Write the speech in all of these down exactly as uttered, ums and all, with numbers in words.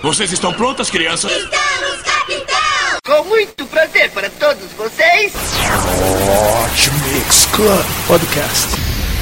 Vocês estão prontas, crianças? Estamos, capitão! Com muito prazer para todos vocês. Hot Mix Club Podcast.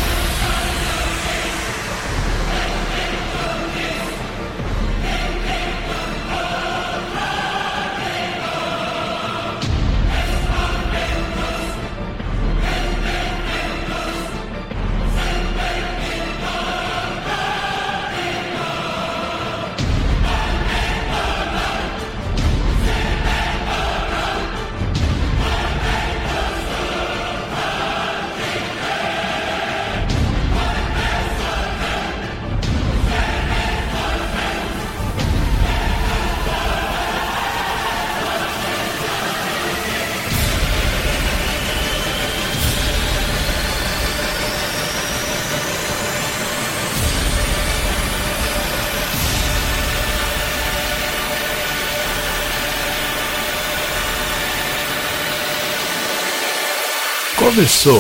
Começou.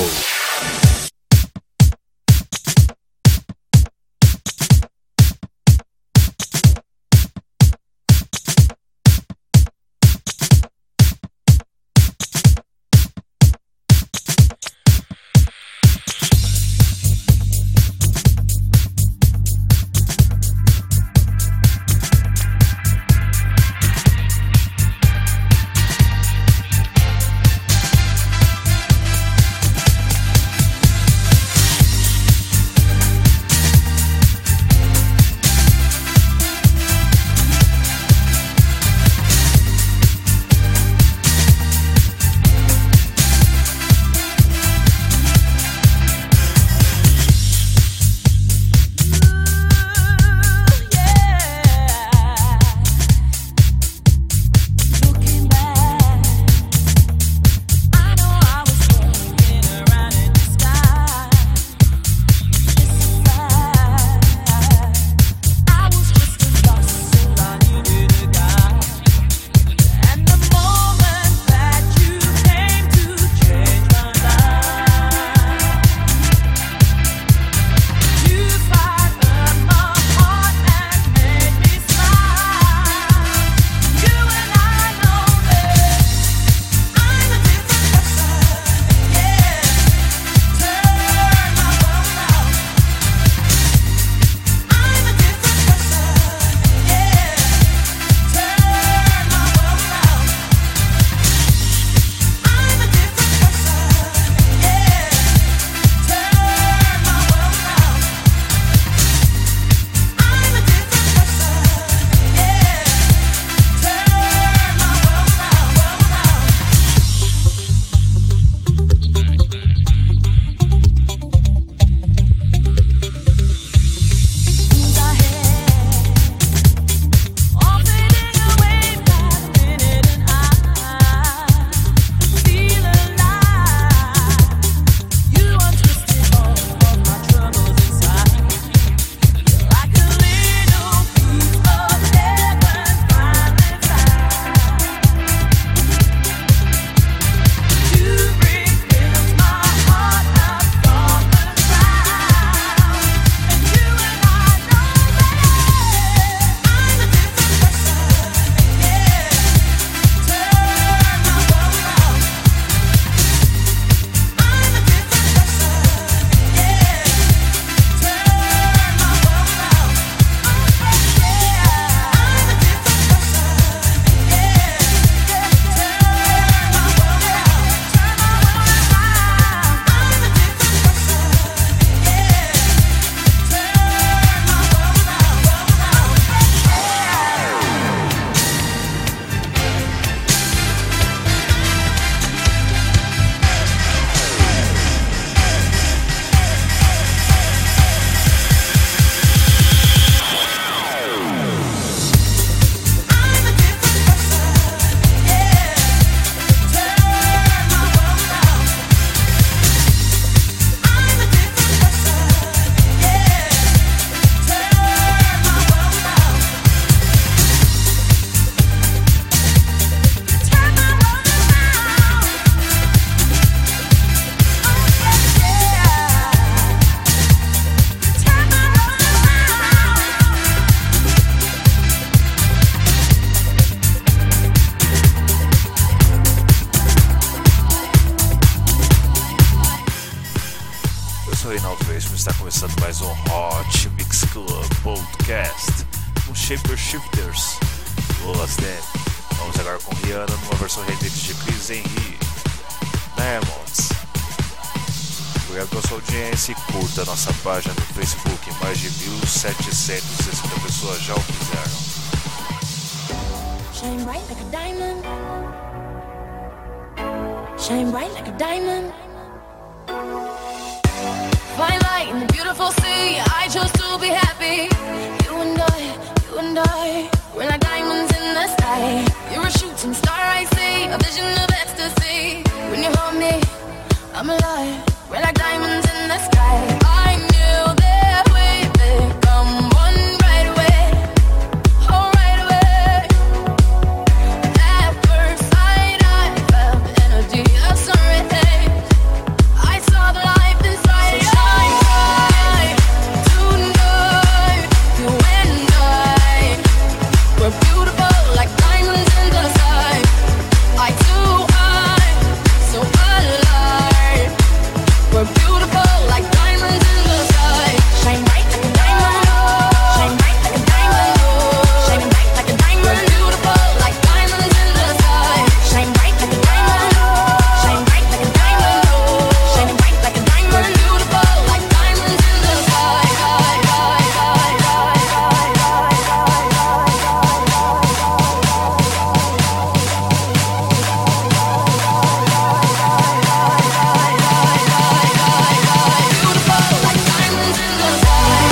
Generation, está começando mais um Hot Mix Club Podcast com Shaper Shifters, Lolas Den. Vamos agora com Rihanna numa versão remix de Chris Henry, Diamonds. Obrigado pela sua audiência e curta a nossa página no Facebook. Mais de mil setecentas e sessenta pessoas já o fizeram. Shine bright like a diamond. Shine bright like a diamond. Fine light in the beautiful sea. I chose to be happy. You and I, you and I, we're like diamonds in the sky. You're a shooting star, I see, a vision of ecstasy. When you hold me, I'm alive. We're like diamonds in the sky. I knew that we become one right away. Oh, right away. At first sight, I felt the energy of sun rays. I saw the life inside. So shine bright tonight. You and I, we're beautiful like diamonds in the sky. I too, I, so alive. We're beautiful like diamonds in the sky. Shine bright like a diamond. Shine bright like a diamond. Shining bright like a diamond. We're beautiful like diamonds in the sky. Shine bright like a diamond. Shine bright like a diamond. Shining bright like a diamond. We're beautiful like diamonds in the sky. Beautiful like diamonds in the sky.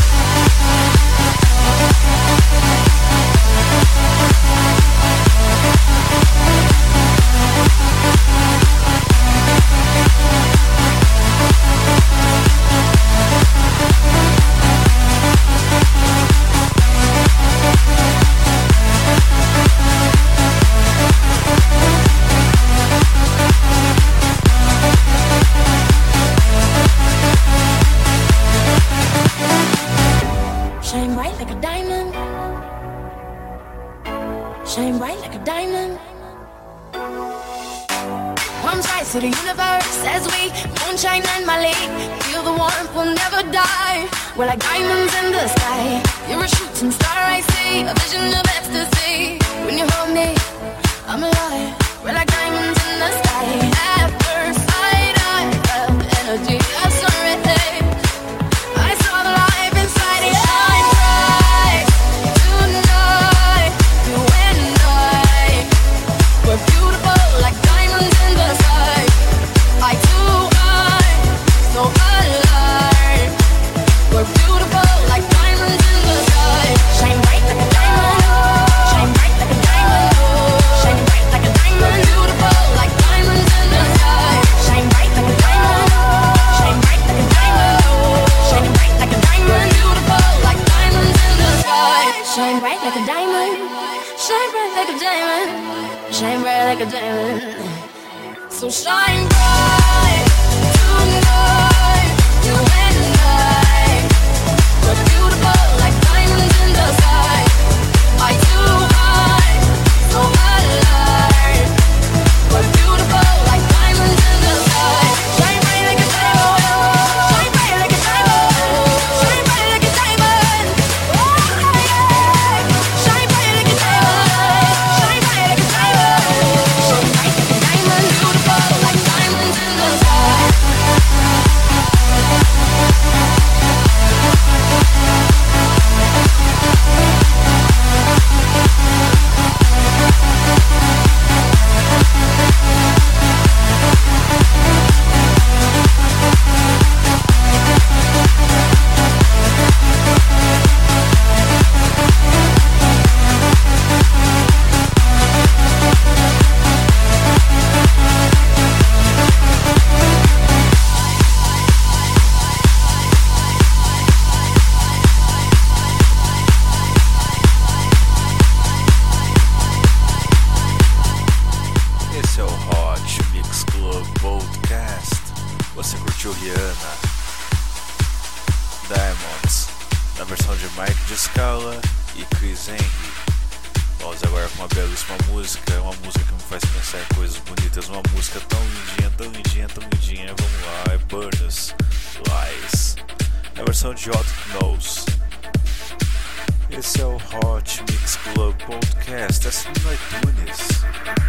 Shine bright like a diamond. Shine bright like a diamond. Palms rise to the universe as we moonshine and Mali. Feel the warmth, we'll never die. We're like diamonds in the sky. You're a shooting star, I see, a vision of ecstasy. When you hold me, I'm alive. We're like diamonds in the sky. At first sight, I felt the energy of sun rays. I saw the life inside you. Shine bright tonight. You and I, we're beautiful like diamonds in the sky. I too, I, so alive. We're beautiful like diamonds in the sky. Shine bright like a diamond. Shine bright like a diamond. Shine bright like a diamond. We're beautiful like diamonds in the sky. Shine bright like a diamond. Shine bright like a diamond. Shining bright like a diamond. We're beautiful like diamonds in the sky. Shine bright like a diamond. Shine bright like a diamond. Shine bright like a diamond. So shine bright tonight. You and I, we're beautiful like diamonds in the sky. I too, I, so alive. We're beautiful like diamonds in the sky. Shine bright like a diamond. Shine bright like a diamond. Shine bright like a diamond. Oh, yeah. Shine bright like a diamond. Shine bright like a diamond. Shine bright like a diamond. Beautiful like diamonds in the sky. Esse é o Hot Mix Club Podcast. Você curtiu Rihanna, Diamonds, na versão de Mike de Scala e Chris Henry. Vamos agora com uma belíssima música, uma música que me faz pensar em coisas bonitas, uma música tão lindinha, tão lindinha, tão lindinha. Vamos lá, é Burns, Lies. a versão de Hot Knows. Esse é o Hot Mix Club Podcast, assine no iTunes.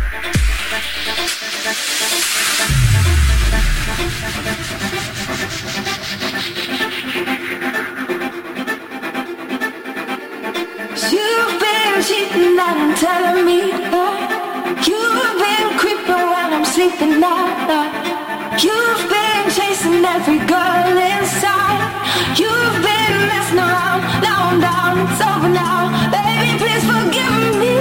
You've been cheating and telling me that you've been creeping while I'm sleeping now. You've been chasing every girl inside. You've been messing around. Now I'm down, it's over now. Baby, please forgive me.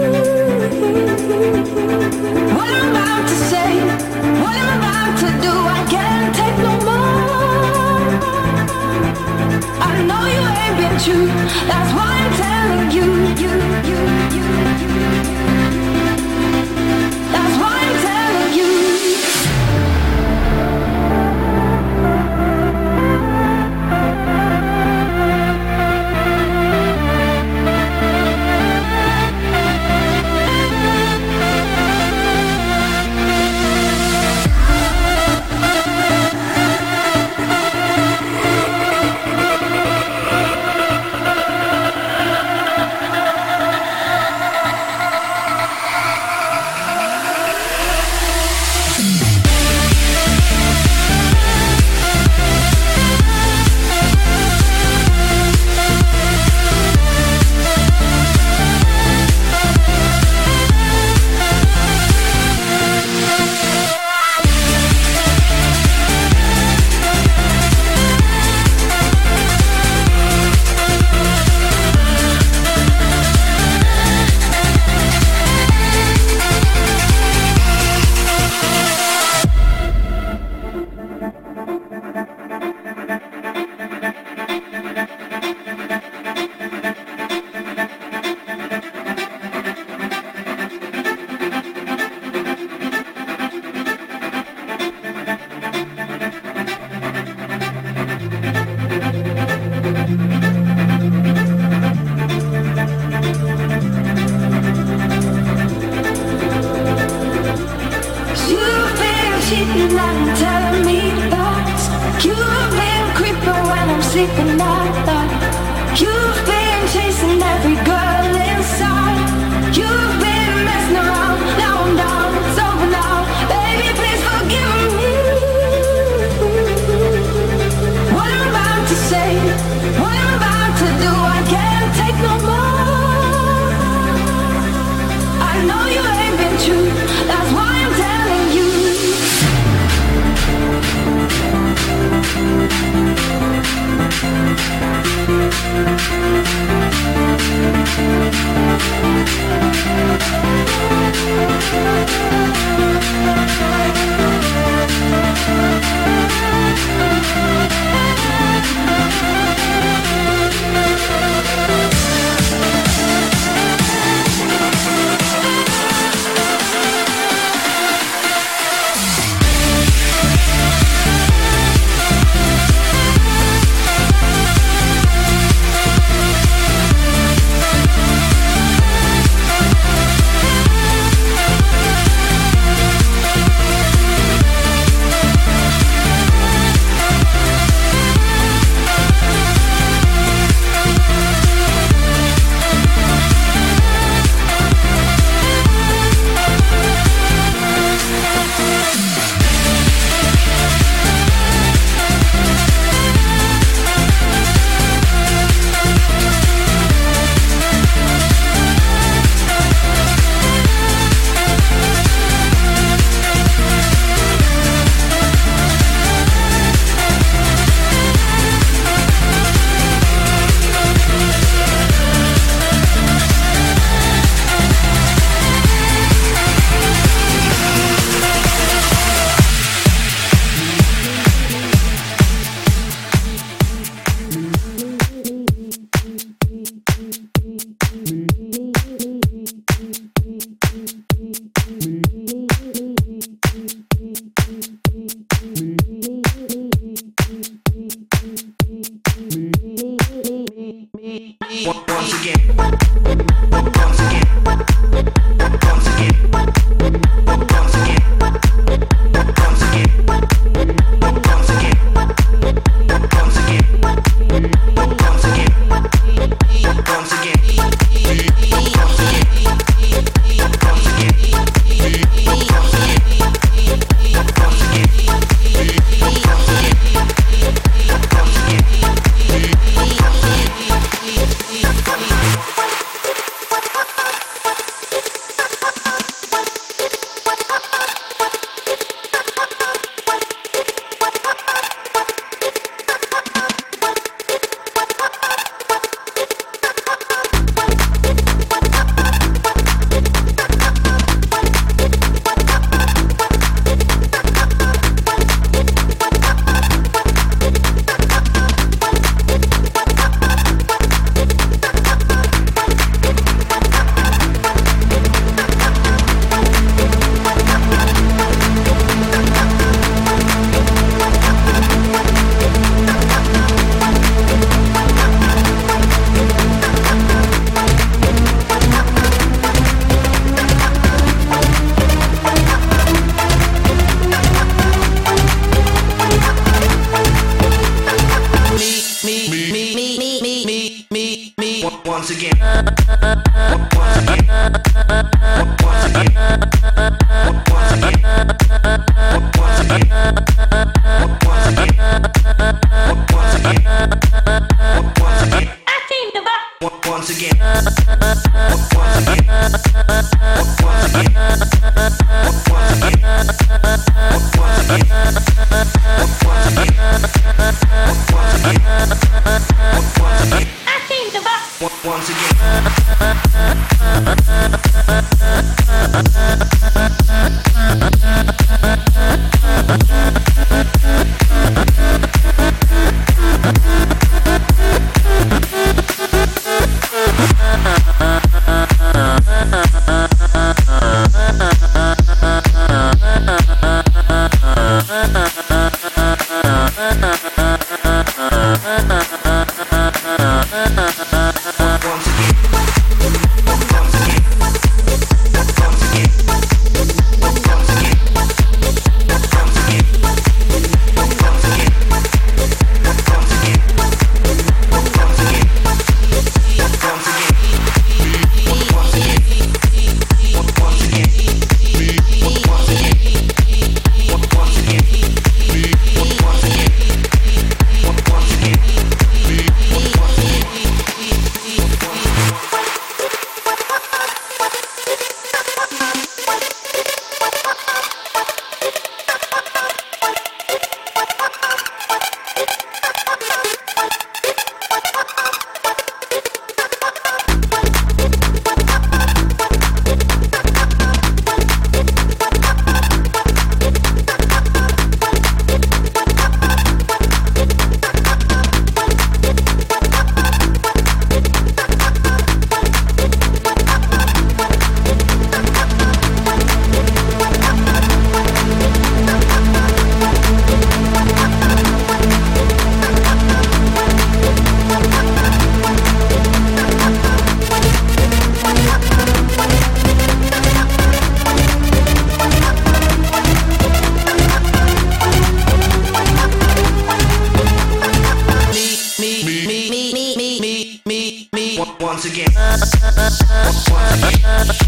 What I'm about to say, what I'm about to do, I can't take no more. I know you ain't been true. That's why I'm telling you, you, you, you, you. That's why I'm telling you.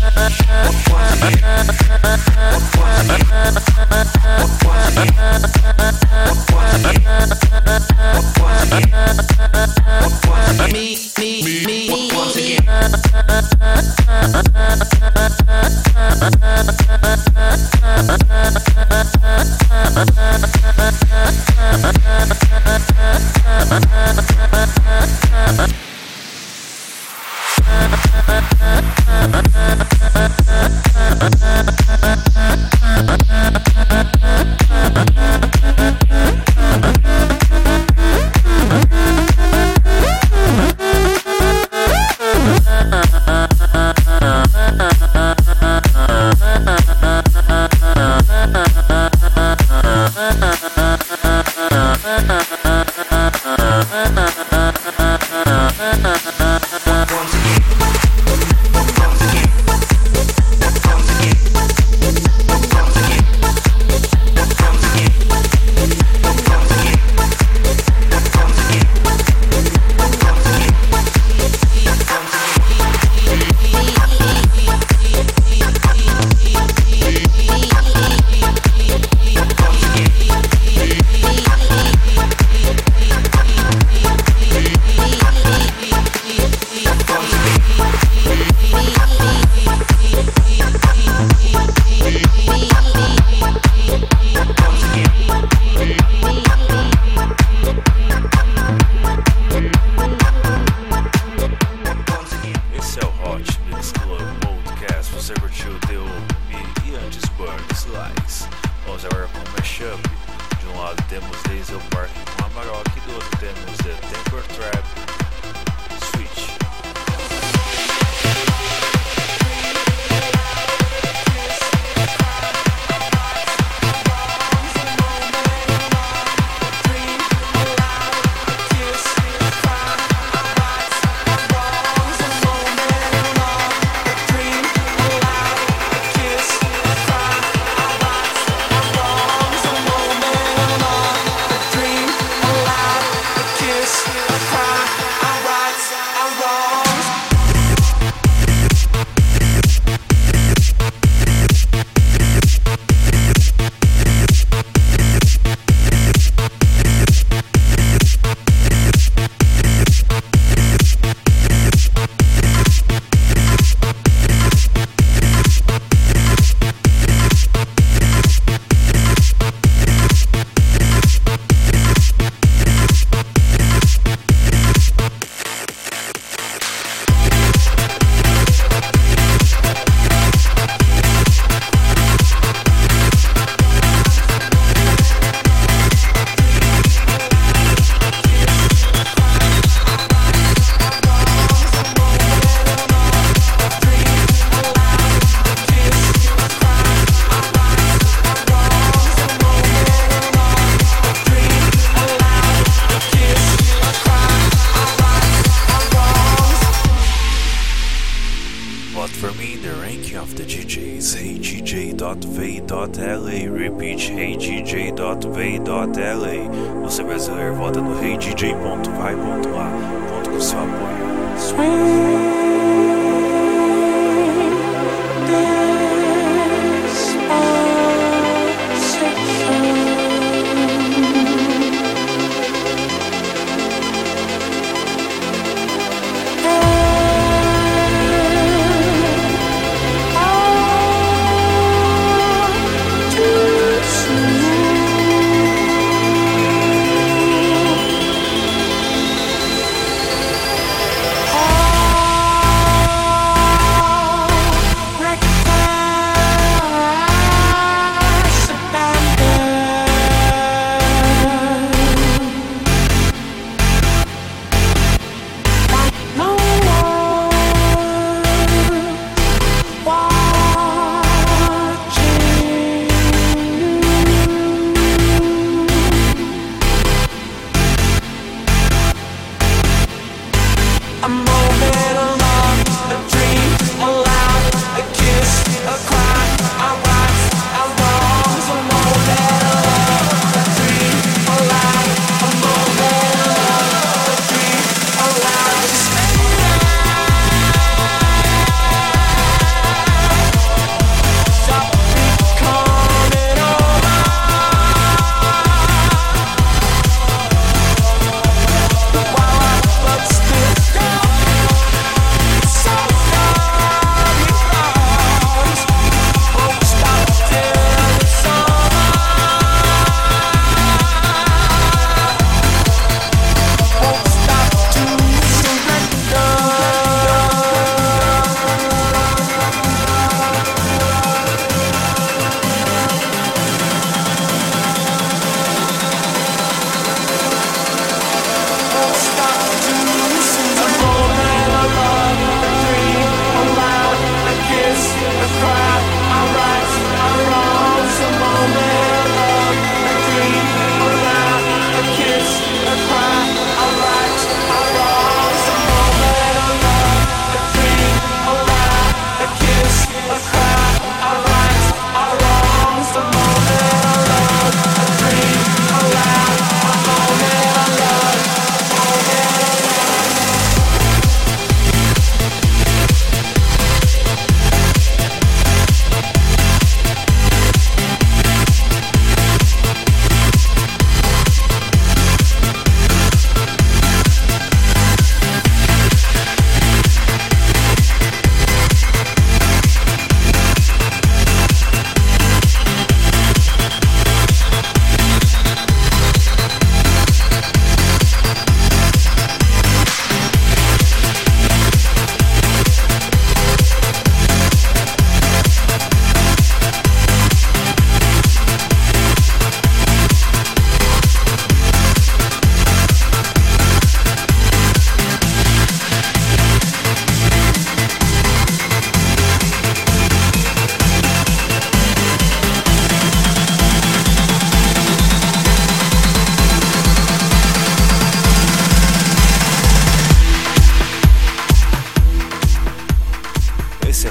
hey d j dot v dot l a. Repeat, hey d j dot v dot l a. Você brasileiro, vota no hey d j ponto vai ponto a. Conto com seu apoio. Swing.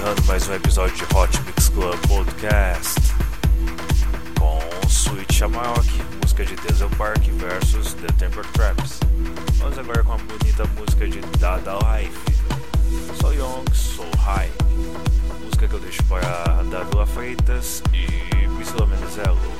encerrando mais um episódio de Hot Mix Club Podcast com Sweet Shamrock, música de Denzel Park versus The Temper Traps. Vamos agora com a bonita música de Dada Life, So Young, So High, música que eu deixo para Davila Freitas e Priscila Menezelo.